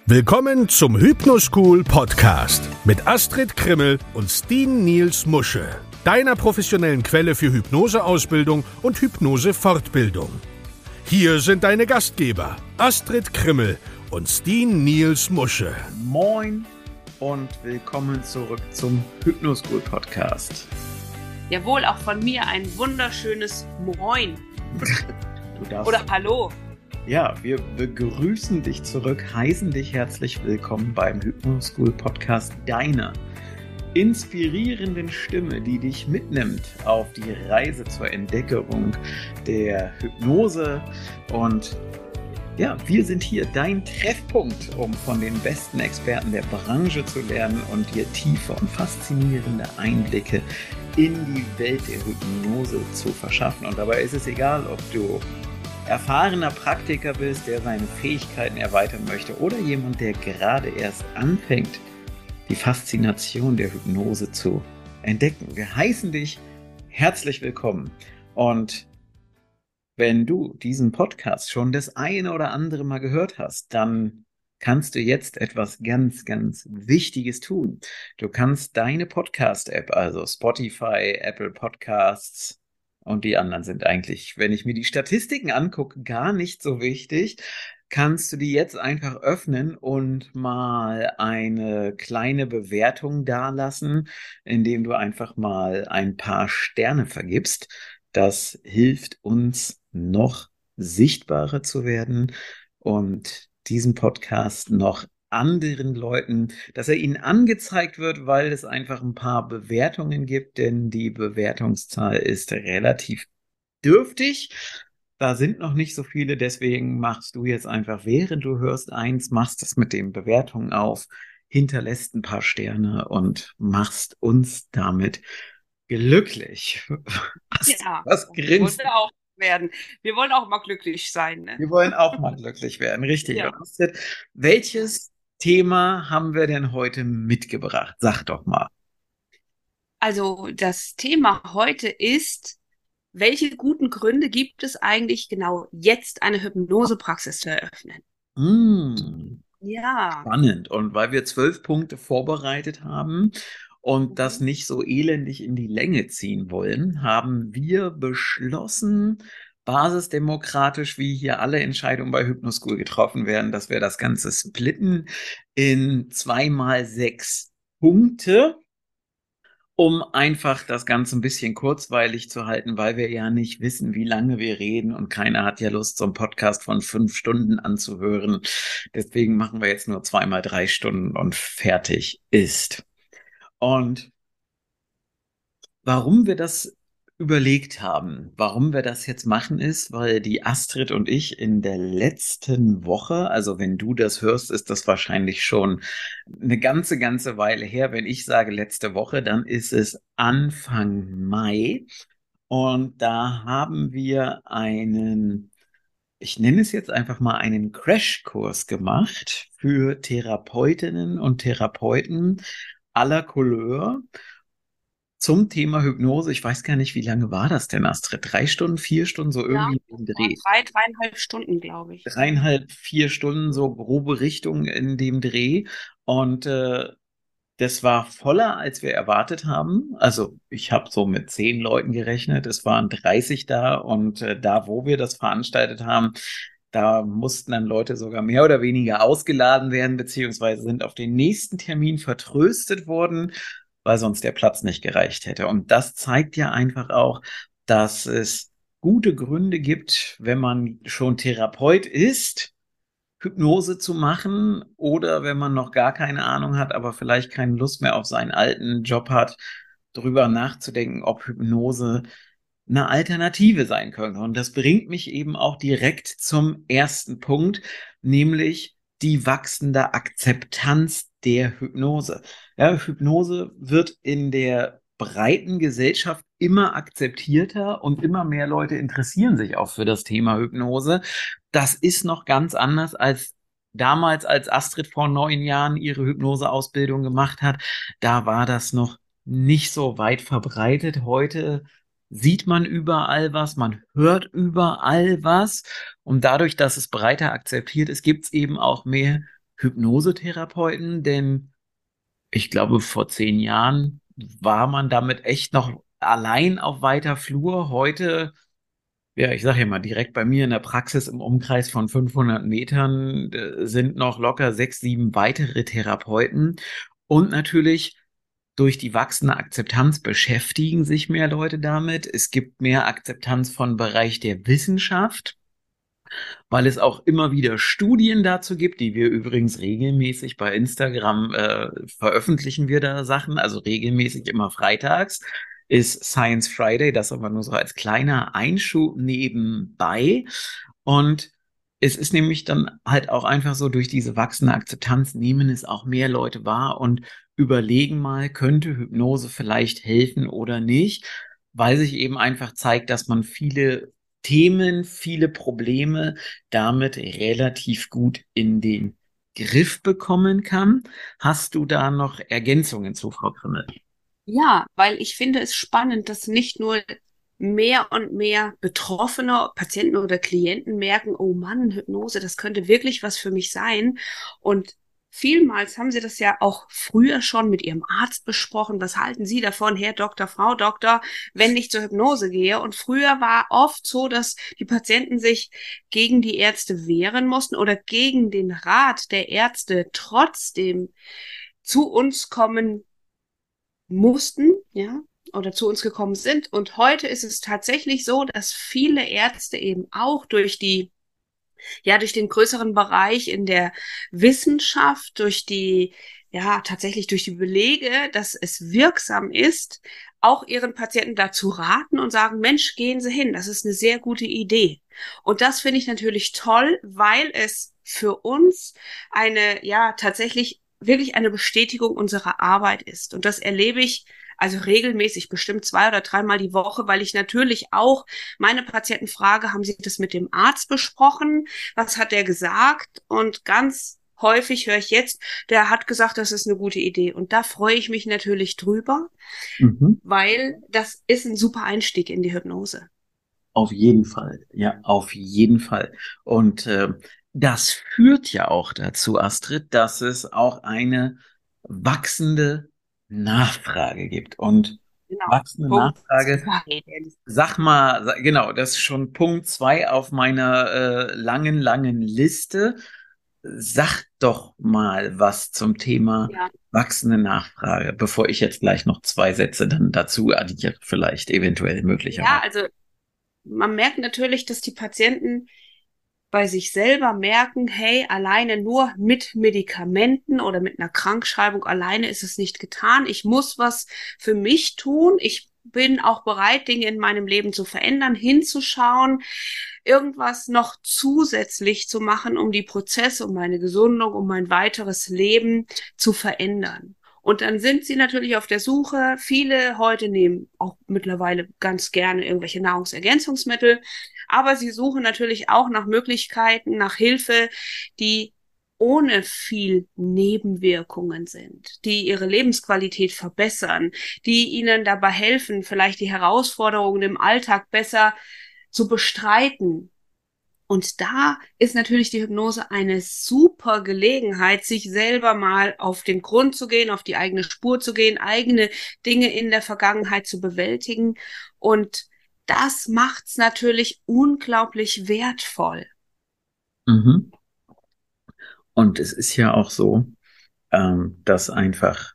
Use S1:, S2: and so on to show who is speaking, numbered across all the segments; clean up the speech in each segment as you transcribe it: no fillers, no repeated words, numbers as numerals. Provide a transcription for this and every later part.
S1: Willkommen zum Hypnoschool Podcast mit Astrid Krimmel und Steen Niels Musche, deiner professionellen Quelle für Hypnoseausbildung und Hypnosefortbildung. Hier sind deine Gastgeber Astrid Krimmel und Steen Niels Musche.
S2: Moin und willkommen zurück zum Hypnoschool Podcast.
S3: Jawohl, auch von mir ein wunderschönes Moin.
S2: Du darfst.
S3: Oder Hallo.
S2: Ja, wir begrüßen dich zurück, heißen dich herzlich willkommen beim Hypnoschool Podcast, deiner inspirierenden Stimme, die dich mitnimmt auf die Reise zur Entdeckung der Hypnose. Und ja, wir sind hier dein Treffpunkt, um von den besten Experten der Branche zu lernen und dir tiefe und faszinierende Einblicke in die Welt der Hypnose zu verschaffen. Und dabei ist es egal, ob du erfahrener Praktiker bist, der seine Fähigkeiten erweitern möchte, oder jemand, der gerade erst anfängt, die Faszination der Hypnose zu entdecken. Wir heißen dich herzlich willkommen. Und wenn du diesen Podcast schon das eine oder andere Mal gehört hast, dann kannst du jetzt etwas ganz, ganz Wichtiges tun. Du kannst deine Podcast-App, also Spotify, Apple Podcasts, und die anderen sind eigentlich, wenn ich mir die Statistiken angucke, gar nicht so wichtig, kannst du die jetzt einfach öffnen und mal eine kleine Bewertung dalassen, indem du einfach mal ein paar Sterne vergibst. Das hilft uns, noch sichtbarer zu werden und diesen Podcast noch anderen Leuten, dass er ihnen angezeigt wird, weil es einfach ein paar Bewertungen gibt, denn die Bewertungszahl ist relativ dürftig. Da sind noch nicht so viele, deswegen machst du jetzt einfach, während du hörst, machst es mit den Bewertungen auf, hinterlässt ein paar Sterne und machst uns damit glücklich. Was grinst?
S3: Wir wollen auch mal glücklich sein. Ne?
S2: Wir wollen auch mal glücklich werden, richtig.
S3: Ja.
S2: Welches Thema haben wir denn heute mitgebracht? Sag doch mal.
S3: Also das Thema heute ist, welche guten Gründe gibt es eigentlich genau jetzt eine Hypnosepraxis zu eröffnen? Ja.
S2: Spannend. Und weil wir 12 Punkte vorbereitet haben und das nicht so elendig in die Länge ziehen wollen, haben wir beschlossen, basisdemokratisch, wie hier alle Entscheidungen bei Hypnoschool getroffen werden, dass wir das Ganze splitten in 2x6 Punkte, um einfach das Ganze ein bisschen kurzweilig zu halten, weil wir ja nicht wissen, wie lange wir reden und keiner hat ja Lust, so einen Podcast von 5 Stunden anzuhören. Deswegen machen wir jetzt nur 2x3 Stunden und fertig ist. Und warum wir das überlegt haben, warum wir das jetzt machen, ist, weil die Astrid und ich in der letzten Woche, also wenn du das hörst, ist das wahrscheinlich schon eine ganze Weile her. Wenn ich sage letzte Woche, dann ist es Anfang Mai. Und da haben wir ich nenne es jetzt einfach mal einen Crashkurs gemacht für Therapeutinnen und Therapeuten aller Couleur zum Thema Hypnose. Ich weiß gar nicht, wie lange war das denn, Astrid? 3 Stunden, 4 Stunden, so irgendwie im Dreh.
S3: 3,5 Stunden, glaube ich.
S2: 3,5, 4 Stunden, so grobe Richtung in dem Dreh. Und das war voller, als wir erwartet haben. Also ich habe so mit 10 Leuten gerechnet. Es waren 30 da. Und da, wo wir das veranstaltet haben, da mussten dann Leute sogar mehr oder weniger ausgeladen werden, beziehungsweise sind auf den nächsten Termin vertröstet worden, weil sonst der Platz nicht gereicht hätte. Und das zeigt ja einfach auch, dass es gute Gründe gibt, wenn man schon Therapeut ist, Hypnose zu machen, oder wenn man noch gar keine Ahnung hat, aber vielleicht keine Lust mehr auf seinen alten Job hat, darüber nachzudenken, ob Hypnose eine Alternative sein könnte. Und das bringt mich eben auch direkt zum ersten Punkt, nämlich die wachsende Akzeptanz der Hypnose. Ja, Hypnose wird in der breiten Gesellschaft immer akzeptierter und immer mehr Leute interessieren sich auch für das Thema Hypnose. Das ist noch ganz anders als damals, als Astrid vor 9 Jahren ihre Hypnoseausbildung gemacht hat. Da war das noch nicht so weit verbreitet. Heute sieht man überall was, man hört überall was. Und dadurch, dass es breiter akzeptiert ist, gibt es eben auch mehr Hypnosetherapeuten? Denn ich glaube, vor 10 Jahren war man damit echt noch allein auf weiter Flur. Heute, ja, ich sage ja mal, direkt bei mir in der Praxis im Umkreis von 500 Metern sind noch locker 6, 7 weitere Therapeuten. Und natürlich durch die wachsende Akzeptanz beschäftigen sich mehr Leute damit. Es gibt mehr Akzeptanz von Bereich der Wissenschaft, weil es auch immer wieder Studien dazu gibt, die wir übrigens regelmäßig bei Instagram veröffentlichen wir da Sachen, also regelmäßig immer freitags ist Science Friday, das aber nur so als kleiner Einschub nebenbei. Und es ist nämlich dann halt auch einfach so, durch diese wachsende Akzeptanz nehmen es auch mehr Leute wahr und überlegen mal, könnte Hypnose vielleicht helfen oder nicht, weil sich eben einfach zeigt, dass man viele Themen, viele Probleme damit relativ gut in den Griff bekommen kann. Hast du da noch Ergänzungen zu, Frau Krimmel?
S3: Ja, weil ich finde es spannend, dass nicht nur mehr und mehr Betroffene, Patienten oder Klienten merken, oh Mann, Hypnose, das könnte wirklich was für mich sein. Und vielmals haben sie das ja auch früher schon mit ihrem Arzt besprochen. Was halten Sie davon, Herr Doktor, Frau Doktor, wenn ich zur Hypnose gehe? Und früher war oft so, dass die Patienten sich gegen die Ärzte wehren mussten oder gegen den Rat der Ärzte trotzdem zu uns kommen mussten, ja, oder zu uns gekommen sind. Und heute ist es tatsächlich so, dass viele Ärzte eben auch durch durch den größeren Bereich in der Wissenschaft, tatsächlich durch die Belege, dass es wirksam ist, auch ihren Patienten dazu raten und sagen, Mensch, gehen Sie hin, das ist eine sehr gute Idee. Und das finde ich natürlich toll, weil es für uns tatsächlich wirklich eine Bestätigung unserer Arbeit ist. Und das erlebe ich also regelmäßig, bestimmt 2 oder 3-mal die Woche, weil ich natürlich auch meine Patienten frage, haben Sie das mit dem Arzt besprochen? Was hat der gesagt? Und ganz häufig höre ich jetzt, der hat gesagt, das ist eine gute Idee. Und da freue ich mich natürlich drüber, weil das ist ein super Einstieg in die Hypnose.
S2: Auf jeden Fall, ja, auf jeden Fall. Und das führt ja auch dazu, Astrid, dass es auch eine wachsende Nachfrage gibt. Und
S3: Genau.
S2: wachsende
S3: Punkt
S2: Nachfrage,
S3: 2.
S2: sag mal, genau, das ist schon Punkt 2 auf meiner langen, langen Liste. Sag doch mal was zum Thema
S3: Ja.
S2: wachsende Nachfrage, bevor ich jetzt gleich noch 2 Sätze dann dazu addiere, vielleicht, eventuell,
S3: Ja,
S2: möglicherweise.
S3: also man merkt natürlich, dass die Patienten bei sich selber merken, hey, alleine nur mit Medikamenten oder mit einer Krankschreibung alleine ist es nicht getan. Ich muss was für mich tun. Ich bin auch bereit, Dinge in meinem Leben zu verändern, hinzuschauen, irgendwas noch zusätzlich zu machen, um die Prozesse, um meine Gesundung, um mein weiteres Leben zu verändern. Und dann sind sie natürlich auf der Suche. Viele heute nehmen auch mittlerweile ganz gerne irgendwelche Nahrungsergänzungsmittel, aber sie suchen natürlich auch nach Möglichkeiten, nach Hilfe, die ohne viel Nebenwirkungen sind, die ihre Lebensqualität verbessern, die ihnen dabei helfen, vielleicht die Herausforderungen im Alltag besser zu bestreiten. Und da ist natürlich die Hypnose eine super Gelegenheit, sich selber mal auf den Grund zu gehen, auf die eigene Spur zu gehen, eigene Dinge in der Vergangenheit zu bewältigen. Und das macht's natürlich unglaublich wertvoll.
S2: Mhm. Und es ist ja auch so, dass einfach,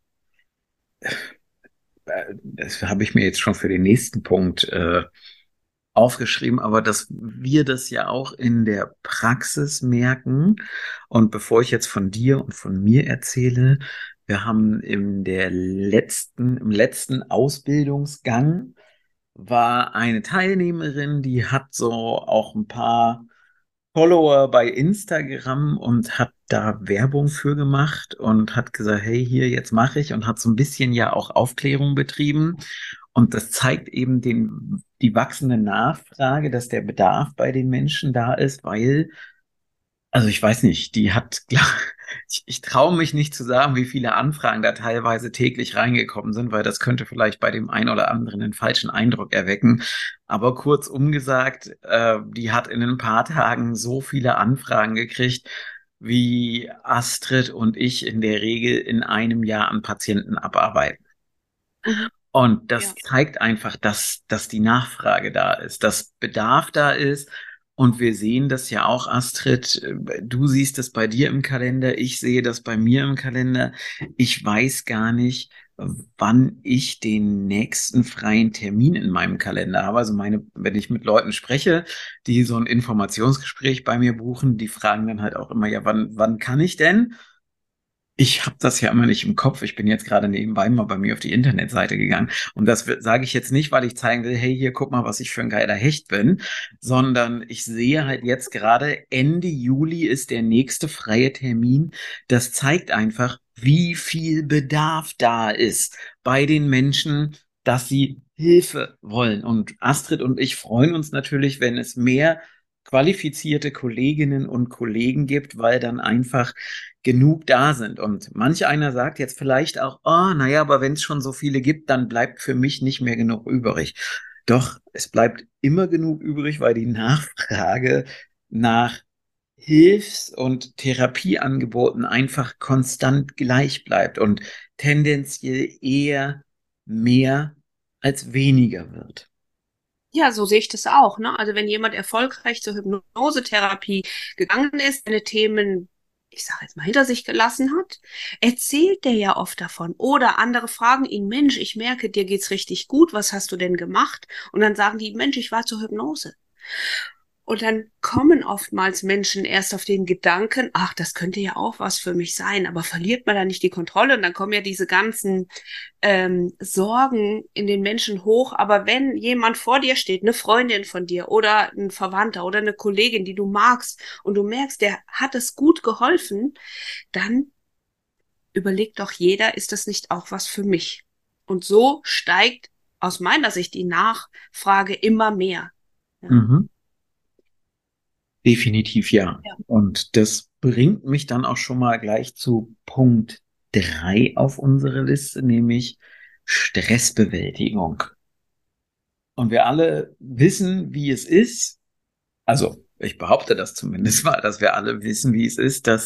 S2: das habe ich mir jetzt schon für den nächsten Punkt aufgeschrieben, aber dass wir das ja auch in der Praxis merken. Und bevor ich jetzt von dir und von mir erzähle, wir haben im letzten Ausbildungsgang war eine Teilnehmerin, die hat so auch ein paar Follower bei Instagram und hat da Werbung für gemacht und hat gesagt, hey, hier, jetzt mache ich, und hat so ein bisschen ja auch Aufklärung betrieben. Und das zeigt eben die wachsende Nachfrage, dass der Bedarf bei den Menschen da ist, weil, also ich weiß nicht, ich traue mich nicht zu sagen, wie viele Anfragen da teilweise täglich reingekommen sind, weil das könnte vielleicht bei dem einen oder anderen einen falschen Eindruck erwecken. Aber kurzum gesagt, die hat in ein paar Tagen so viele Anfragen gekriegt, wie Astrid und ich in der Regel in einem Jahr an Patienten abarbeiten.
S3: Mhm.
S2: Und das
S3: Ja.
S2: zeigt einfach, dass die Nachfrage da ist, dass Bedarf da ist. Und wir sehen das ja auch, Astrid. Du siehst das bei dir im Kalender, ich sehe das bei mir im Kalender. Ich weiß gar nicht, wann ich den nächsten freien Termin in meinem Kalender habe. Also wenn ich mit Leuten spreche, die so ein Informationsgespräch bei mir buchen, die fragen dann halt auch immer, ja, wann kann ich denn? Ich habe das ja immer nicht im Kopf. Ich bin jetzt gerade nebenbei mal bei mir auf die Internetseite gegangen. Und das sage ich jetzt nicht, weil ich zeigen will, hey, hier, guck mal, was ich für ein geiler Hecht bin, sondern ich sehe halt jetzt gerade, Ende Juli ist der nächste freie Termin. Das zeigt einfach, wie viel Bedarf da ist bei den Menschen, dass sie Hilfe wollen. Und Astrid und ich freuen uns natürlich, wenn es mehr qualifizierte Kolleginnen und Kollegen gibt, weil dann einfach genug da sind. Und manch einer sagt jetzt vielleicht auch, oh, naja, aber wenn es schon so viele gibt, dann bleibt für mich nicht mehr genug übrig. Doch, es bleibt immer genug übrig, weil die Nachfrage nach Hilfs- und Therapieangeboten einfach konstant gleich bleibt und tendenziell eher mehr als weniger wird.
S3: Ja, so sehe ich das auch, ne? Also wenn jemand erfolgreich zur Hypnosetherapie gegangen ist, seine Themen, ich sage jetzt mal, hinter sich gelassen hat, erzählt der ja oft davon. Oder andere fragen ihn, Mensch, ich merke, dir geht's richtig gut, was hast du denn gemacht? Und dann sagen die, Mensch, ich war zur Hypnose. Und dann kommen oftmals Menschen erst auf den Gedanken, ach, das könnte ja auch was für mich sein, aber verliert man da nicht die Kontrolle? Und dann kommen ja diese ganzen Sorgen in den Menschen hoch. Aber wenn jemand vor dir steht, eine Freundin von dir oder ein Verwandter oder eine Kollegin, die du magst, und du merkst, der hat es gut geholfen, dann überlegt doch jeder, ist das nicht auch was für mich? Und so steigt aus meiner Sicht die Nachfrage immer mehr. Ja.
S2: Mhm. Definitiv ja.
S3: Ja.
S2: Und das bringt mich dann auch schon mal gleich zu Punkt 3 auf unsere Liste, nämlich Stressbewältigung. Und wir alle wissen, wie es ist. Also ich behaupte das zumindest mal, dass wir alle wissen, wie es ist, dass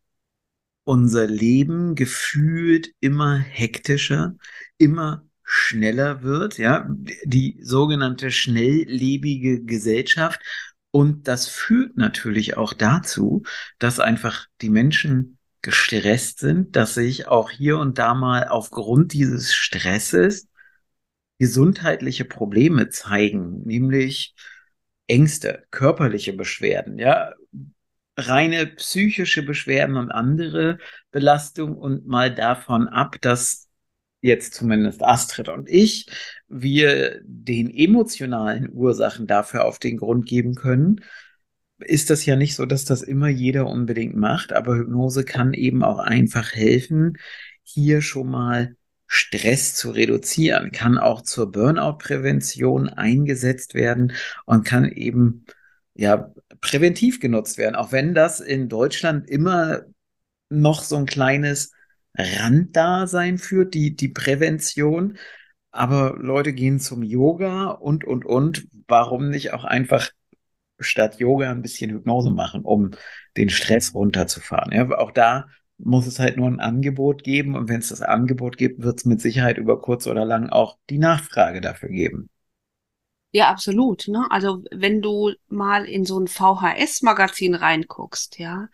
S2: unser Leben gefühlt immer hektischer, immer schneller wird, ja, die sogenannte schnelllebige Gesellschaft. Und das führt natürlich auch dazu, dass einfach die Menschen gestresst sind, dass sich auch hier und da mal aufgrund dieses Stresses gesundheitliche Probleme zeigen, nämlich Ängste, körperliche Beschwerden, ja, reine psychische Beschwerden und andere Belastungen und mal davon ab, dass jetzt zumindest Astrid und ich, wir den emotionalen Ursachen dafür auf den Grund geben können, ist das ja nicht so, dass das immer jeder unbedingt macht, aber Hypnose kann eben auch einfach helfen, hier schon mal Stress zu reduzieren, kann auch zur Burnout-Prävention eingesetzt werden und kann eben ja präventiv genutzt werden, auch wenn das in Deutschland immer noch so ein kleines Randdasein führt, die Prävention. Aber Leute gehen zum Yoga und. Warum nicht auch einfach statt Yoga ein bisschen Hypnose machen, um den Stress runterzufahren? Ja, auch da muss es halt nur ein Angebot geben. Und wenn es das Angebot gibt, wird es mit Sicherheit über kurz oder lang auch die Nachfrage dafür geben.
S3: Ja, absolut, ne? Also, wenn du mal in so ein VHS-Magazin reinguckst, ja,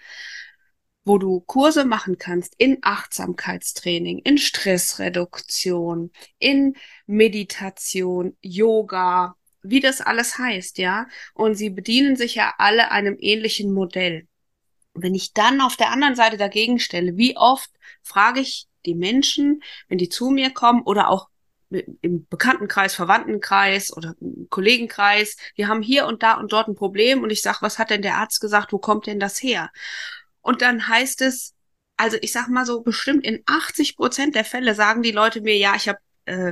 S3: wo du Kurse machen kannst in Achtsamkeitstraining, in Stressreduktion, in Meditation, Yoga, wie das alles heißt, ja. Und sie bedienen sich ja alle einem ähnlichen Modell. Und wenn ich dann auf der anderen Seite dagegen stelle, wie oft frage ich die Menschen, wenn die zu mir kommen oder auch im Bekanntenkreis, Verwandtenkreis oder im Kollegenkreis, wir haben hier und dort ein Problem und ich sage, was hat denn der Arzt gesagt, wo kommt denn das her? Und dann heißt es, also ich sag mal so, bestimmt in 80% der Fälle sagen die Leute mir, ja, ich habe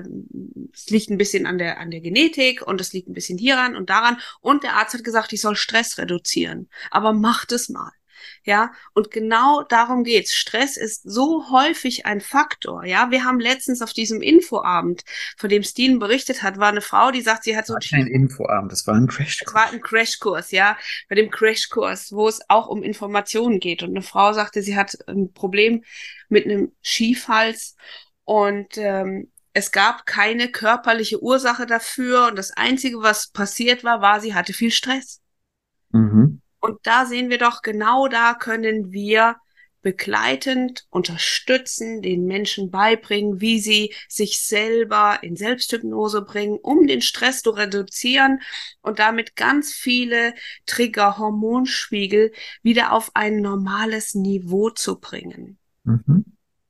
S3: es liegt ein bisschen an der Genetik und es liegt ein bisschen hieran und daran. Und der Arzt hat gesagt, ich soll Stress reduzieren. Aber macht es mal. Ja, und genau darum geht's. Stress ist so häufig ein Faktor. Ja, wir haben letztens auf diesem Infoabend, von dem Steen berichtet hat, war eine Frau, die sagt, sie hat so
S2: War
S3: ein
S2: kein Infoabend, das war ein Crashkurs.
S3: Es war ein Crashkurs, ja, bei dem Crashkurs, wo es auch um Informationen geht. Und eine Frau sagte, sie hat ein Problem mit einem Schiefhals und es gab keine körperliche Ursache dafür. Und das Einzige, was passiert war, sie hatte viel Stress.
S2: Mhm.
S3: Und da sehen wir doch, genau da können wir begleitend unterstützen, den Menschen beibringen, wie sie sich selber in Selbsthypnose bringen, um den Stress zu reduzieren und damit ganz viele Trigger-Hormonspiegel wieder auf ein normales Niveau zu bringen.
S2: Mhm.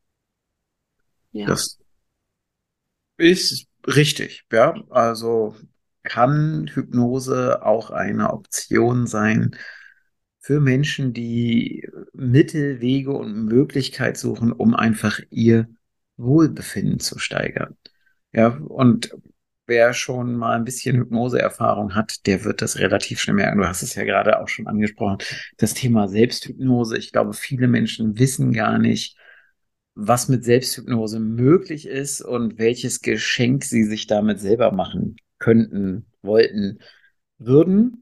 S3: Ja.
S2: Das ist richtig, ja. Also kann Hypnose auch eine Option sein für Menschen, die Mittel, Wege und Möglichkeit suchen, um einfach ihr Wohlbefinden zu steigern. Ja, und wer schon mal ein bisschen Hypnoseerfahrung hat, der wird das relativ schnell merken. Du hast es ja gerade auch schon angesprochen, das Thema Selbsthypnose. Ich glaube, viele Menschen wissen gar nicht, was mit Selbsthypnose möglich ist und welches Geschenk sie sich damit selber machen könnten, wollten, würden.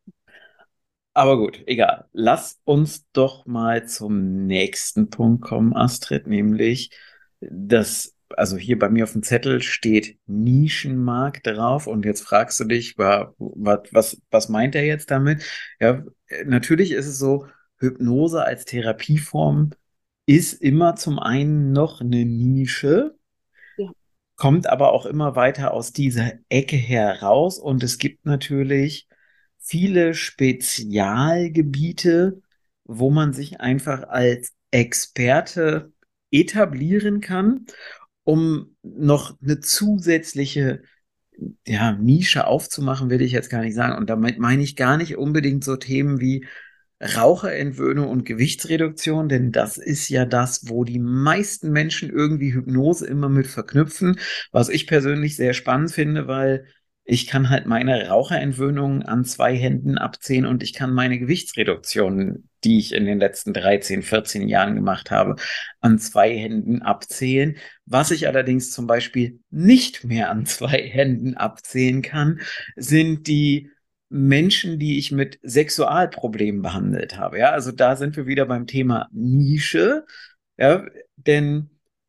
S2: Aber gut, egal. Lass uns doch mal zum nächsten Punkt kommen, Astrid, nämlich also hier bei mir auf dem Zettel steht Nischenmarkt drauf und jetzt fragst du dich, was meint er jetzt damit? Ja, natürlich ist es so, Hypnose als Therapieform ist immer zum einen noch eine Nische,
S3: Ja.
S2: kommt aber auch immer weiter aus dieser Ecke heraus und es gibt natürlich viele Spezialgebiete, wo man sich einfach als Experte etablieren kann, um noch eine zusätzliche Nische aufzumachen, will ich jetzt gar nicht sagen. Und damit meine ich gar nicht unbedingt so Themen wie Raucherentwöhnung und Gewichtsreduktion, denn das ist ja das, wo die meisten Menschen irgendwie Hypnose immer mit verknüpfen, was ich persönlich sehr spannend finde, weil ich kann halt meine Raucherentwöhnung an 2 Händen abzählen und ich kann meine Gewichtsreduktion, die ich in den letzten 13, 14 Jahren gemacht habe, an 2 Händen abzählen. Was ich allerdings zum Beispiel nicht mehr an 2 Händen abzählen kann, sind die Menschen, die ich mit Sexualproblemen behandelt habe. Ja, also da sind wir wieder beim Thema Nische. Ja, denn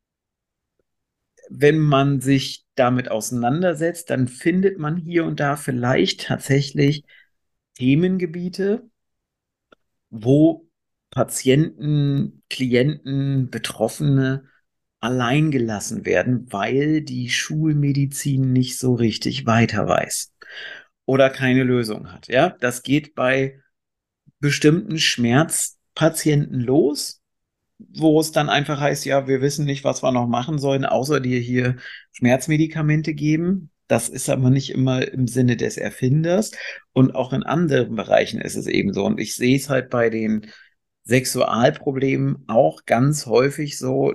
S2: wenn man sich damit auseinandersetzt, dann findet man hier und da vielleicht tatsächlich Themengebiete, wo Patienten, Klienten, Betroffene allein gelassen werden, weil die Schulmedizin nicht so richtig weiter weiß oder keine Lösung hat. Ja, das geht bei bestimmten Schmerzpatienten los, wo es dann einfach heißt, ja, wir wissen nicht, was wir noch machen sollen, außer dir hier Schmerzmedikamente geben. Das ist aber nicht immer im Sinne des Erfinders. Und auch in anderen Bereichen ist es eben so. Und ich sehe es halt bei den Sexualproblemen auch ganz häufig so,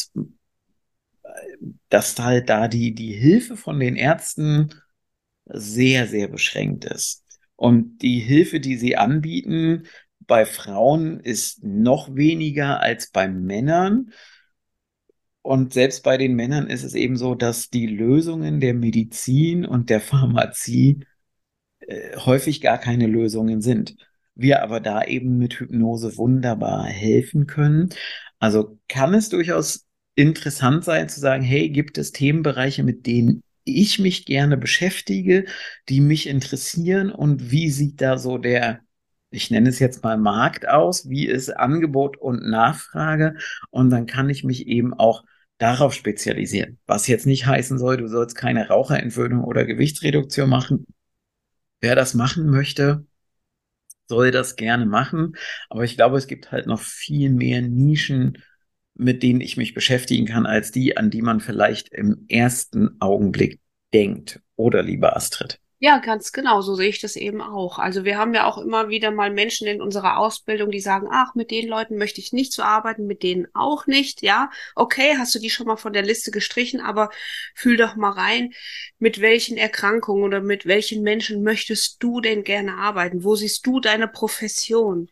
S2: dass halt da die Hilfe von den Ärzten sehr, sehr beschränkt ist. Und die Hilfe, die sie anbieten, bei Frauen ist noch weniger als bei Männern. Und selbst bei den Männern ist es eben so, dass die Lösungen der Medizin und der Pharmazie häufig gar keine Lösungen sind. Wir aber da eben mit Hypnose wunderbar helfen können. Also kann es durchaus interessant sein zu sagen, hey, gibt es Themenbereiche, mit denen ich mich gerne beschäftige, die mich interessieren und wie sieht da so ich nenne es jetzt mal Markt aus, wie ist Angebot und Nachfrage und dann kann ich mich eben auch darauf spezialisieren. Was jetzt nicht heißen soll, du sollst keine Raucherentwöhnung oder Gewichtsreduktion machen. Wer das machen möchte, soll das gerne machen. Aber ich glaube, es gibt halt noch viel mehr Nischen, mit denen ich mich beschäftigen kann, als die, an die man vielleicht im ersten Augenblick denkt. Oder, liebe Astrid?
S3: Ja, ganz genau, so sehe ich das eben auch. Also wir haben ja auch immer wieder mal Menschen in unserer Ausbildung, die sagen, ach, mit den Leuten möchte ich nicht so arbeiten, mit denen auch nicht, ja. Okay, hast du die schon mal von der Liste gestrichen, aber fühl doch mal rein, mit welchen Erkrankungen oder mit welchen Menschen möchtest du denn gerne arbeiten? Wo siehst du deine Profession?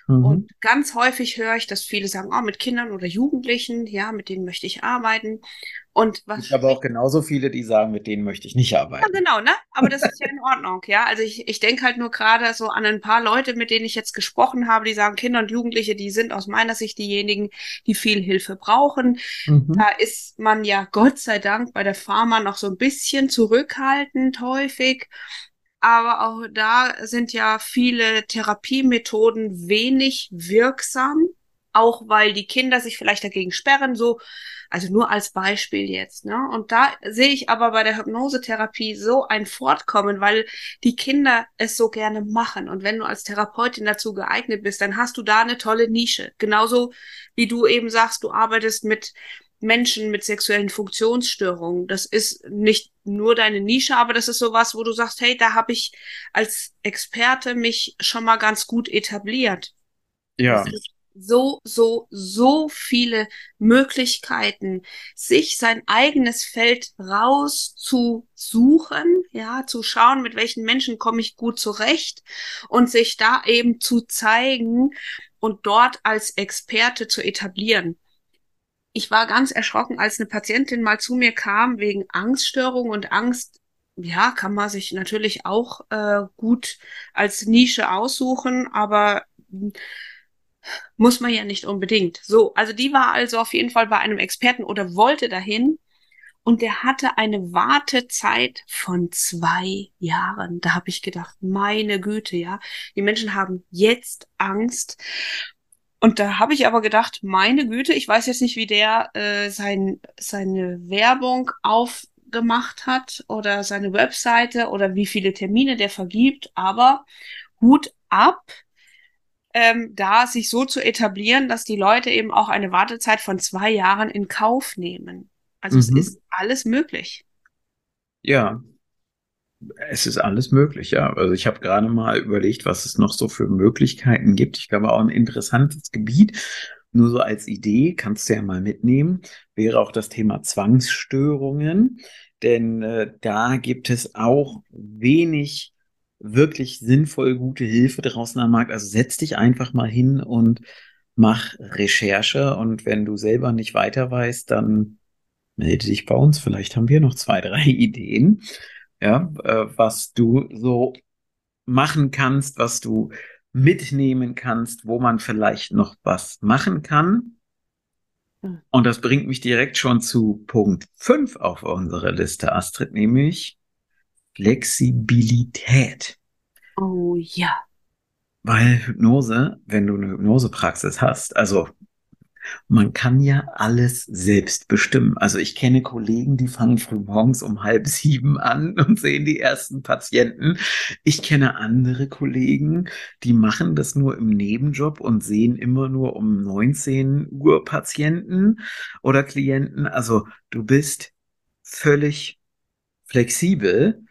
S3: Und
S2: Mhm.
S3: ganz häufig höre ich, dass viele sagen, oh, mit Kindern oder Jugendlichen, ja, mit denen möchte ich arbeiten. Und
S2: Es gibt
S3: was
S2: aber auch genauso viele, die sagen, mit denen möchte ich nicht
S3: ja,
S2: arbeiten.
S3: genau, ne? Aber das ist ja in Ordnung, ja. Also ich denke halt nur gerade so an ein paar Leute, mit denen ich jetzt gesprochen habe, die sagen, Kinder und Jugendliche, die sind aus meiner Sicht diejenigen, die viel Hilfe brauchen.
S2: Mhm.
S3: Da ist man ja Gott sei Dank bei der Pharma noch so ein bisschen zurückhaltend häufig. Aber auch da sind ja viele Therapiemethoden wenig wirksam, auch weil die Kinder sich vielleicht dagegen sperren, so, also nur als Beispiel jetzt, ne? Und da sehe ich aber bei der Hypnosetherapie so ein Fortkommen, weil die Kinder es so gerne machen. Und wenn du als Therapeutin dazu geeignet bist, dann hast du da eine tolle Nische. Genauso wie du eben sagst, du arbeitest mit Menschen mit sexuellen Funktionsstörungen. Das ist nicht nur deine Nische, aber das ist sowas, wo du sagst, hey, da habe ich als Experte mich schon mal ganz gut etabliert. Es
S2: Ja,
S3: gibt so viele Möglichkeiten, sich sein eigenes Feld rauszusuchen, ja, zu schauen, mit welchen Menschen komme ich gut zurecht und sich da eben zu zeigen und dort als Experte zu etablieren. Ich war ganz erschrocken, als eine Patientin mal zu mir kam wegen Angststörung und Angst. Ja, kann man sich natürlich auch gut als Nische aussuchen, aber muss man ja nicht unbedingt. So, also die war also auf jeden Fall bei einem Experten oder wollte dahin und der hatte eine Wartezeit von 2 Jahren. Da habe ich gedacht, meine Güte, ja, die Menschen haben jetzt Angst. Und da habe ich aber gedacht, meine Güte, ich weiß jetzt nicht, wie der seine Werbung aufgemacht hat oder seine Webseite oder wie viele Termine der vergibt, aber Hut ab, da sich so zu etablieren, dass die Leute eben auch eine Wartezeit von 2 Jahren in Kauf nehmen. Also es
S2: mhm.
S3: ist alles möglich.
S2: Ja, es ist alles möglich, ja. Also ich habe gerade mal überlegt, was es noch so für Möglichkeiten gibt. Ich glaube auch ein interessantes Gebiet, nur so als Idee, kannst du ja mal mitnehmen, wäre auch das Thema Zwangsstörungen. Denn da gibt es auch wenig wirklich sinnvoll gute Hilfe draußen am Markt. Also setz dich einfach mal hin und mach Recherche. Und wenn du selber nicht weiter weißt, dann melde dich bei uns. Vielleicht haben wir noch zwei, drei Ideen, ja, was du so machen kannst, was du mitnehmen kannst, wo man vielleicht noch was machen kann.
S3: Hm.
S2: Und das bringt mich direkt schon zu Punkt 5 auf unserer Liste, Astrid, nämlich Flexibilität.
S3: Oh ja.
S2: Weil Hypnose, wenn du eine Hypnosepraxis hast, also man kann ja alles selbst bestimmen. Also ich kenne Kollegen, die fangen früh morgens um 6:30 an und sehen die ersten Patienten. Ich kenne andere Kollegen, die machen das nur im Nebenjob und sehen immer nur um 19 Uhr Patienten oder Klienten. Also du bist völlig flexibel,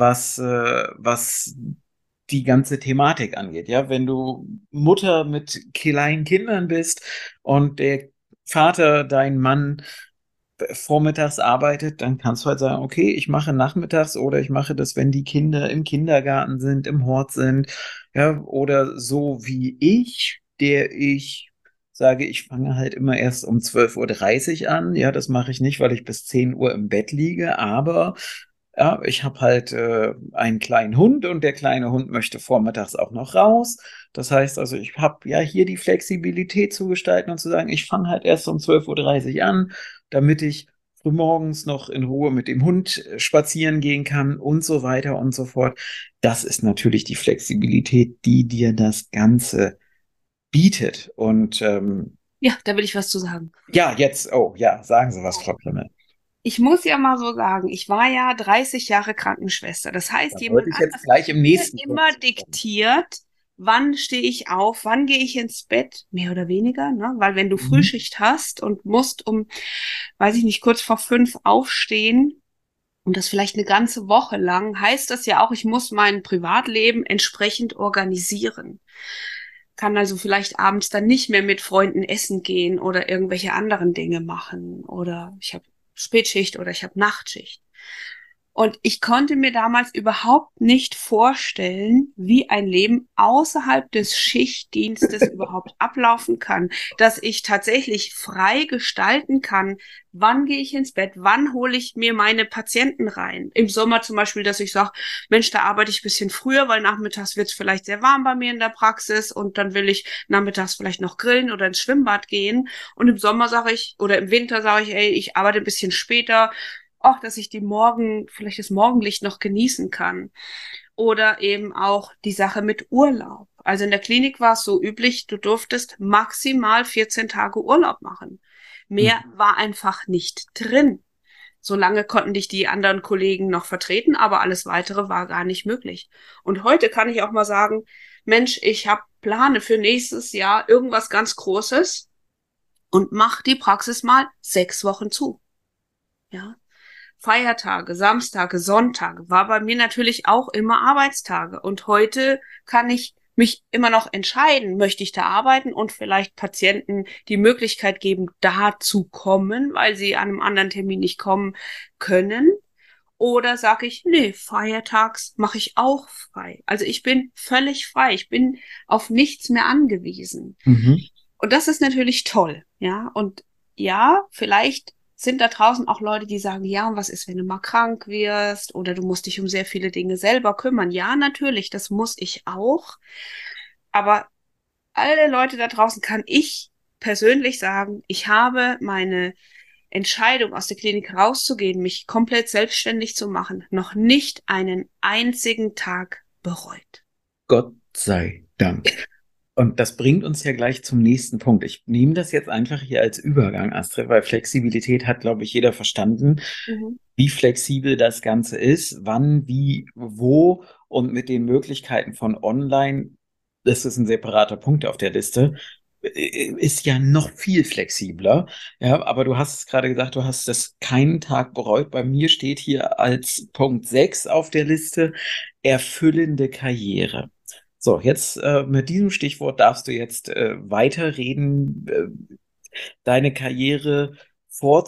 S2: was die ganze Thematik angeht. Ja, wenn du Mutter mit kleinen Kindern bist und der Vater, dein Mann, vormittags arbeitet, dann kannst du halt sagen, okay, ich mache nachmittags oder ich mache das, wenn die Kinder im Kindergarten sind, im Hort sind, ja, oder so wie ich, der ich sage, ich fange halt immer erst um 12:30 Uhr an. Ja, das mache ich nicht, weil ich bis 10 Uhr im Bett liege, aber ja, ich habe halt einen kleinen Hund und der kleine Hund möchte vormittags auch noch raus. Das heißt also, ich habe ja hier die Flexibilität zu gestalten und zu sagen, ich fange halt erst um 12:30 Uhr an, damit ich frühmorgens noch in Ruhe mit dem Hund spazieren gehen kann und so weiter und so fort. Das ist natürlich die Flexibilität, die dir das Ganze bietet. Und
S3: Ja, da will ich was zu sagen.
S2: ja, jetzt, oh ja, sagen Sie was, Frau Klemme.
S3: Ich muss ja mal so sagen, ich war ja 30 Jahre Krankenschwester. Das heißt,
S2: Da wollte
S3: jemand
S2: ich jetzt
S3: anders hat
S2: gleich im
S3: mir
S2: nächsten Punkt
S3: immer
S2: zu kommen.
S3: diktiert, wann stehe ich auf, wann gehe ich ins Bett, mehr oder weniger, ne? Weil wenn du
S2: Mhm.
S3: Frühschicht hast und musst um, weiß ich nicht, kurz vor 5 aufstehen und das vielleicht eine ganze Woche lang, heißt das ja auch, ich muss mein Privatleben entsprechend organisieren. Kann also vielleicht abends dann nicht mehr mit Freunden essen gehen oder irgendwelche anderen Dinge machen oder ich habe Spätschicht oder ich habe Nachtschicht. Und ich konnte mir damals überhaupt nicht vorstellen, wie ein Leben außerhalb des Schichtdienstes überhaupt ablaufen kann, dass ich tatsächlich frei gestalten kann, wann gehe ich ins Bett, wann hole ich mir meine Patienten rein. Im Sommer zum Beispiel, dass ich sage, Mensch, da arbeite ich ein bisschen früher, weil nachmittags wird es vielleicht sehr warm bei mir in der Praxis und dann will ich nachmittags vielleicht noch grillen oder ins Schwimmbad gehen. Und im Sommer sage ich, oder im Winter sage ich, ey, ich arbeite ein bisschen später, auch, dass ich vielleicht das Morgenlicht noch genießen kann. Oder eben auch die Sache mit Urlaub. Also in der Klinik war es so üblich, du durftest maximal 14 Tage Urlaub machen. Mehr war einfach nicht drin. Solange konnten dich die anderen Kollegen noch vertreten, aber alles weitere war gar nicht möglich. Und heute kann ich auch mal sagen, Mensch, ich habe Plane für nächstes Jahr irgendwas ganz Großes und mach die Praxis mal 6 Wochen zu. Ja. Feiertage, Samstage, Sonntage war bei mir natürlich auch immer Arbeitstage. Und heute kann ich mich immer noch entscheiden, möchte ich da arbeiten und vielleicht Patienten die Möglichkeit geben, da zu kommen, weil sie an einem anderen Termin nicht kommen können. Oder sage ich, nee, feiertags mache ich auch frei. Also ich bin völlig frei. Ich bin auf nichts mehr angewiesen. Und das ist natürlich toll. Ja, und ja, vielleicht sind da draußen auch Leute, die sagen, ja, und was ist, wenn du mal krank wirst oder du musst dich um sehr viele Dinge selber kümmern. Ja, natürlich, das muss ich auch. Aber alle Leute da draußen kann ich persönlich sagen, ich habe meine Entscheidung, aus der Klinik rauszugehen, mich komplett selbstständig zu machen, noch nicht einen einzigen Tag bereut.
S2: Gott sei Dank. Und das bringt uns ja gleich zum nächsten Punkt. Ich nehme das jetzt einfach hier als Übergang, Astrid, weil Flexibilität hat, glaube ich, jeder verstanden, wie flexibel das Ganze ist, wann, wie, wo und mit den Möglichkeiten von online, das ist ein separater Punkt auf der Liste, ist ja noch viel flexibler. Ja, aber du hast es gerade gesagt, du hast das keinen Tag bereut. Bei mir steht hier als Punkt 6 auf der Liste erfüllende Karriere. So, jetzt mit diesem Stichwort darfst du jetzt weiterreden. Deine Karriere vor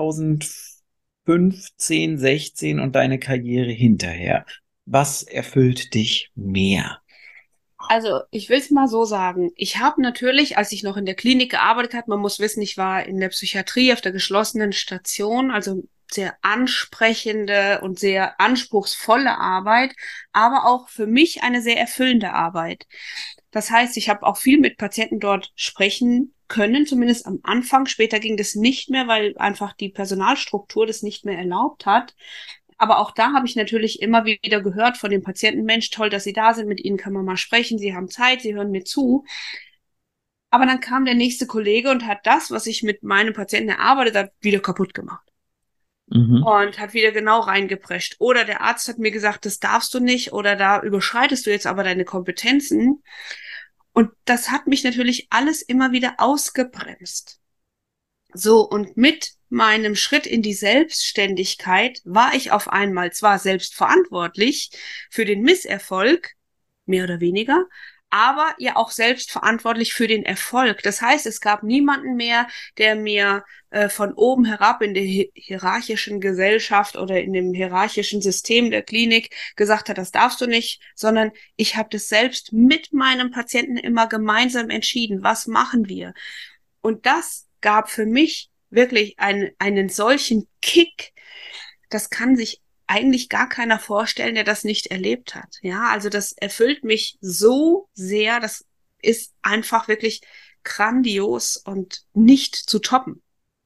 S2: 2015, 16 und deine Karriere hinterher. Was erfüllt dich mehr?
S3: Also ich will es mal so sagen. Ich habe natürlich, als ich noch in der Klinik gearbeitet habe, man muss wissen, ich war in der Psychiatrie auf der geschlossenen Station, also sehr ansprechende und sehr anspruchsvolle Arbeit, aber auch für mich eine sehr erfüllende Arbeit. Das heißt, ich habe auch viel mit Patienten dort sprechen können, zumindest am Anfang. Später ging das nicht mehr, weil einfach die Personalstruktur das nicht mehr erlaubt hat. Aber auch da habe ich natürlich immer wieder gehört von den Patienten, Mensch, toll, dass Sie da sind, mit Ihnen kann man mal sprechen, Sie haben Zeit, Sie hören mir zu. Aber dann kam der nächste Kollege und hat das, was ich mit meinem Patienten erarbeitet habe, wieder kaputt gemacht. Und hat wieder genau reingeprescht. Oder der Arzt hat mir gesagt, das darfst du nicht oder da überschreitest du jetzt aber deine Kompetenzen. Und das hat mich natürlich alles immer wieder ausgebremst. So, und mit meinem Schritt in die Selbstständigkeit war ich auf einmal zwar selbstverantwortlich für den Misserfolg, mehr oder weniger, aber ja auch selbstverantwortlich für den Erfolg. Das heißt, es gab niemanden mehr, der mir von oben herab in der hierarchischen Gesellschaft oder in dem hierarchischen System der Klinik gesagt hat, das darfst du nicht, sondern ich habe das selbst mit meinem Patienten immer gemeinsam entschieden. Was machen wir? Und das gab für mich wirklich einen solchen Kick, das kann sich eigentlich gar keiner vorstellen, der das nicht erlebt hat. Ja, also das erfüllt mich so sehr, das ist einfach wirklich grandios und nicht zu toppen.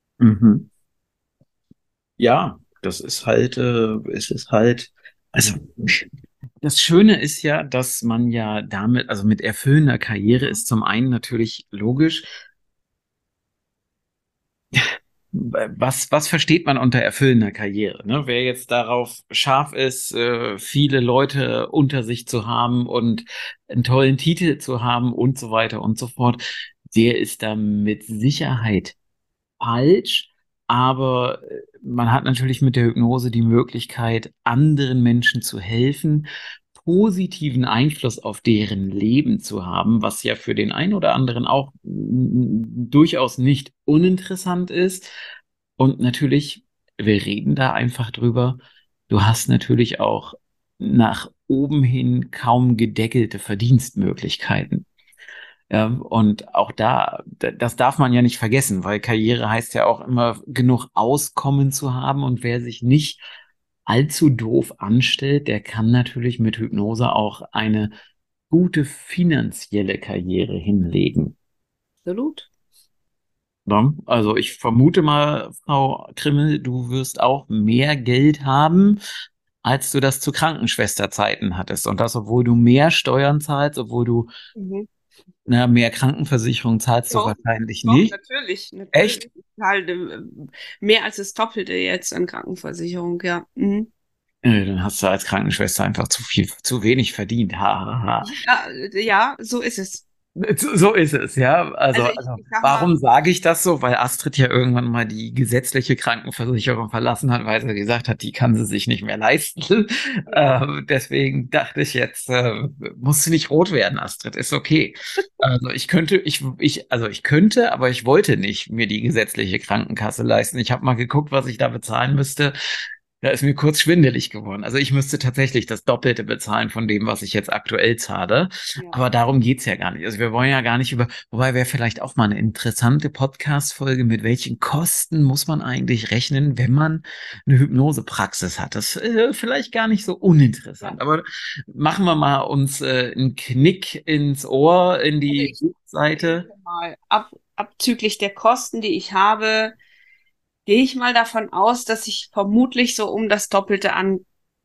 S2: Ja, das ist halt, also das Schöne ist ja, dass man ja damit, also mit erfüllender Karriere ist zum einen natürlich logisch. Was versteht man unter erfüllender Karriere? Ne? Wer jetzt darauf scharf ist, viele Leute unter sich zu haben und einen tollen Titel zu haben und so weiter und so fort, der ist da mit Sicherheit falsch. Aber man hat natürlich mit der Hypnose die Möglichkeit, anderen Menschen zu helfen, positiven Einfluss auf deren Leben zu haben, was ja für den einen oder anderen auch durchaus nicht uninteressant ist. Und natürlich, wir reden da einfach drüber, du hast natürlich auch nach oben hin kaum gedeckelte Verdienstmöglichkeiten. Ja, und auch das darf man ja nicht vergessen, weil Karriere heißt ja auch immer genug Auskommen zu haben, und wer sich nicht allzu doof anstellt, der kann natürlich mit Hypnose auch eine gute finanzielle Karriere hinlegen.
S3: Absolut.
S2: Ne? Also ich vermute mal, Frau Krimmel, du wirst auch mehr Geld haben, als du das zu Krankenschwesterzeiten hattest. Und das, obwohl du mehr Steuern zahlst, obwohl du
S3: Mhm.
S2: mehr Krankenversicherung zahlst du
S3: Doch,
S2: wahrscheinlich
S3: doch,
S2: nicht.
S3: natürlich,
S2: Echt?
S3: natürlich. Halt, mehr als das Doppelte jetzt an Krankenversicherung, ja. Mhm.
S2: Dann hast du als Krankenschwester einfach zu wenig verdient. Ha, ha, ha.
S3: Ja, so ist es.
S2: So ist es, ja.
S3: Also
S2: Also
S3: ich sag mal,
S2: warum sage ich das so? Weil Astrid ja irgendwann mal die gesetzliche Krankenversicherung verlassen hat, weil sie gesagt hat, die kann sie sich nicht mehr leisten.
S3: ja,
S2: Deswegen dachte ich jetzt, musst du nicht rot werden, Astrid, ist okay. Also ich könnte, aber ich wollte nicht mir die gesetzliche Krankenkasse leisten. Ich habe mal geguckt, was ich da bezahlen müsste. Da ist mir kurz schwindelig geworden. Also ich müsste tatsächlich das Doppelte bezahlen von dem, was ich jetzt aktuell zahle.
S3: ja.
S2: Aber darum geht's ja gar nicht. Also wir wollen ja gar nicht wobei wäre vielleicht auch mal eine interessante Podcast-Folge, mit welchen Kosten muss man eigentlich rechnen, wenn man eine Hypnosepraxis hat. Das vielleicht gar nicht so uninteressant.
S3: Ja.
S2: Aber machen wir mal uns einen Knick ins Ohr, in
S3: Also
S2: die
S3: ich
S2: Seite.
S3: denke mal, abzüglich der Kosten, die ich habe, gehe ich mal davon aus, dass ich vermutlich so um das Doppelte an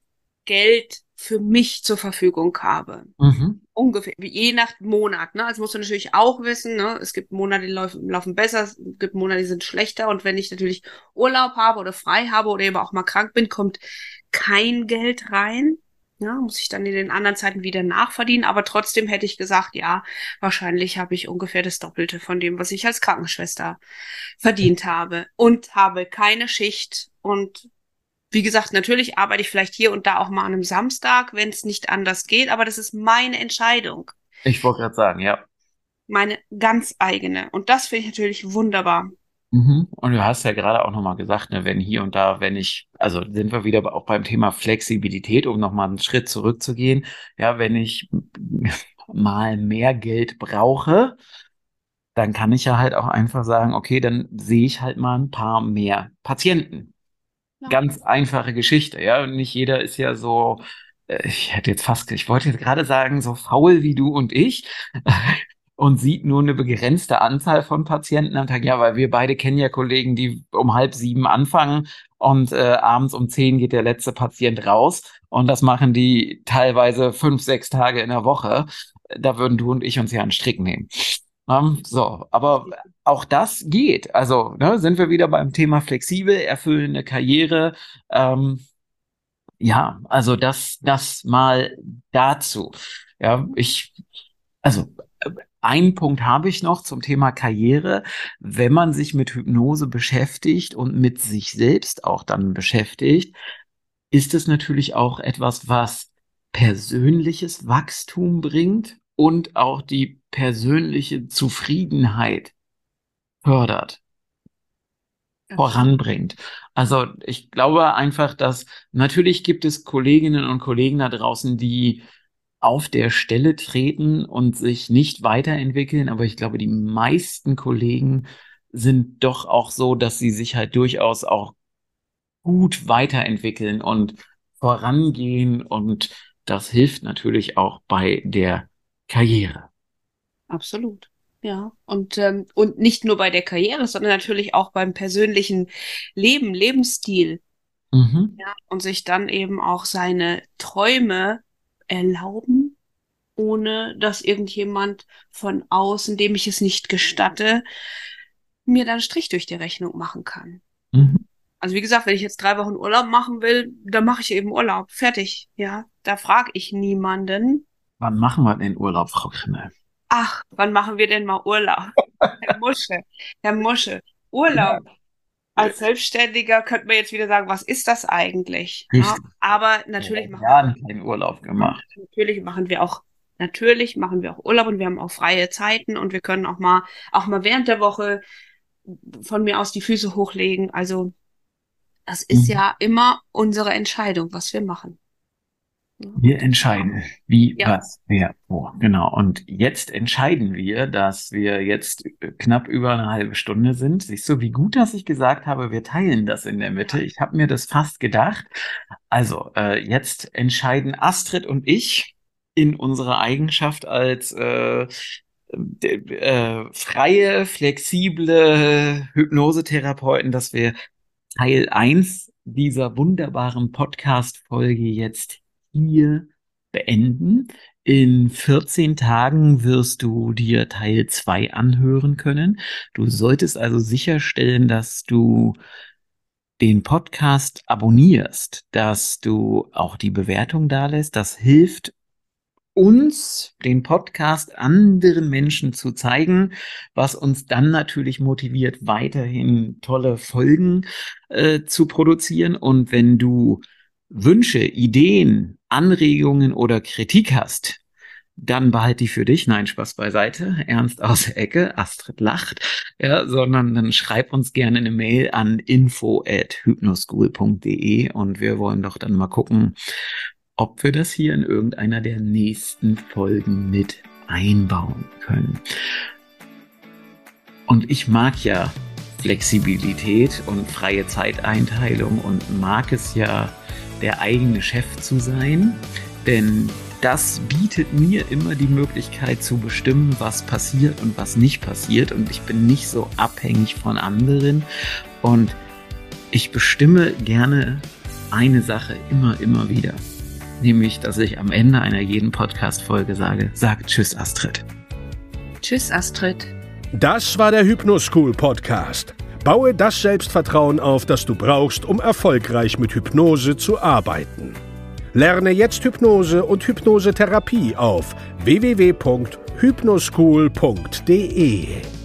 S3: Geld für mich zur Verfügung habe.
S2: Mhm.
S3: Ungefähr, je nach Monat, ne? Also musst du natürlich auch wissen, ne? Es gibt Monate, die laufen besser, es gibt Monate, die sind schlechter. Und wenn ich natürlich Urlaub habe oder frei habe oder eben auch mal krank bin, kommt kein Geld rein. Ja, muss ich dann in den anderen Zeiten wieder nachverdienen. Aber trotzdem hätte ich gesagt, ja, wahrscheinlich habe ich ungefähr das Doppelte von dem, was ich als Krankenschwester verdient habe. Und habe keine Schicht. Und wie gesagt, natürlich arbeite ich vielleicht hier und da auch mal an einem Samstag, wenn es nicht anders geht, aber das ist meine Entscheidung,
S2: Ich wollte gerade sagen, ja.
S3: meine ganz eigene. Und das finde ich natürlich wunderbar.
S2: Mhm. Und du hast ja gerade auch nochmal gesagt, ne, wenn hier und da, also sind wir wieder auch beim Thema Flexibilität, um nochmal einen Schritt zurückzugehen. Ja, wenn ich mal mehr Geld brauche, dann kann ich ja halt auch einfach sagen, okay, dann sehe ich halt mal ein paar mehr Patienten.
S3: Ja.
S2: Ganz einfache Geschichte, ja. Und nicht jeder ist ja so, ich wollte jetzt gerade sagen, so faul wie du und ich und sieht nur eine begrenzte Anzahl von Patienten am Tag. Ja, weil wir beide kennen ja Kollegen, die um 6:30 anfangen und abends um 10 geht der letzte Patient raus. Und das machen die teilweise 5, 6 Tage in der Woche. Da würden du und ich uns ja einen Strick nehmen. So, aber auch das geht. Also, ne, sind wir wieder beim Thema flexibel, erfüllende Karriere. Ähm, ja, also das mal dazu. Ja, also einen Punkt habe ich noch zum Thema Karriere. Wenn man sich mit Hypnose beschäftigt und mit sich selbst auch dann beschäftigt, ist es natürlich auch etwas, was persönliches Wachstum bringt und auch die persönliche Zufriedenheit fördert,
S3: Absolut.
S2: voranbringt. Also ich glaube einfach, dass natürlich gibt es Kolleginnen und Kollegen da draußen, die auf der Stelle treten und sich nicht weiterentwickeln, aber ich glaube, die meisten Kollegen sind doch auch so, dass sie sich halt durchaus auch gut weiterentwickeln und vorangehen, und das hilft natürlich auch bei der Karriere.
S3: Absolut. Ja. Und nicht nur bei der Karriere, sondern natürlich auch beim persönlichen Leben, Lebensstil.
S2: Mhm.
S3: Ja. Und sich dann eben auch seine Träume erlauben, ohne dass irgendjemand von außen, dem ich es nicht gestatte, mir dann einen Strich durch die Rechnung machen kann.
S2: Mhm.
S3: Also wie gesagt, wenn ich jetzt 3 Wochen Urlaub machen will, dann mache ich eben Urlaub. Fertig. Ja, da frage ich niemanden.
S2: Wann machen wir den Urlaub, Frau Krimmel?
S3: Ach, wann machen wir denn mal Urlaub? Herr Musche, Herr Musche,
S2: Ja,
S3: Urlaub. Als Selbstständiger könnte man jetzt wieder sagen, was ist das eigentlich? Ja,
S2: richtig.
S3: aber
S2: Ja,
S3: natürlich
S2: seit
S3: machen wir
S2: Jahren keinen Urlaub gemacht.
S3: natürlich machen wir auch Urlaub und wir haben auch freie Zeiten und wir können auch mal während der Woche von mir aus die Füße hochlegen. Also Das ist ja immer unsere Entscheidung, was wir machen.
S2: Wir entscheiden, wie,
S3: Ja.
S2: was, wer, wo. Genau. Und jetzt entscheiden wir, dass wir jetzt knapp über eine halbe Stunde sind. Siehst du, wie gut, dass ich gesagt habe, wir teilen das in der Mitte. Ich habe mir das fast gedacht. Also, jetzt entscheiden Astrid und ich in unserer Eigenschaft als freie, flexible Hypnosetherapeuten, dass wir Teil 1 dieser wunderbaren Podcast-Folge jetzt hier beenden. In 14 Tagen wirst du dir Teil 2 anhören können. Du solltest also sicherstellen, dass du den Podcast abonnierst, dass du auch die Bewertung dalässt. Das hilft uns, den Podcast anderen Menschen zu zeigen, was uns dann natürlich motiviert, weiterhin tolle Folgen zu produzieren. Und wenn du Wünsche, Ideen, Anregungen oder Kritik hast, dann behalt die für dich. Nein, Spaß beiseite. Ernst aus der Ecke. Astrid lacht. Ja, sondern dann schreib uns gerne eine Mail an info@hypnoschool.de und wir wollen doch dann mal gucken, ob wir das hier in irgendeiner der nächsten Folgen mit einbauen können. Und ich mag ja Flexibilität und freie Zeiteinteilung und mag es ja, der eigene Chef zu sein, denn das bietet mir immer die Möglichkeit zu bestimmen, was passiert und was nicht passiert, und ich bin nicht so abhängig von anderen und ich bestimme gerne eine Sache immer wieder. Nämlich, dass ich am Ende einer jeden Podcast-Folge sage Tschüss, Astrid.
S3: Tschüss, Astrid.
S1: Das war der Hypnoschool Podcast. Baue das Selbstvertrauen auf, das du brauchst, um erfolgreich mit Hypnose zu arbeiten. Lerne jetzt Hypnose und Hypnosetherapie auf www.hypnoschool.de.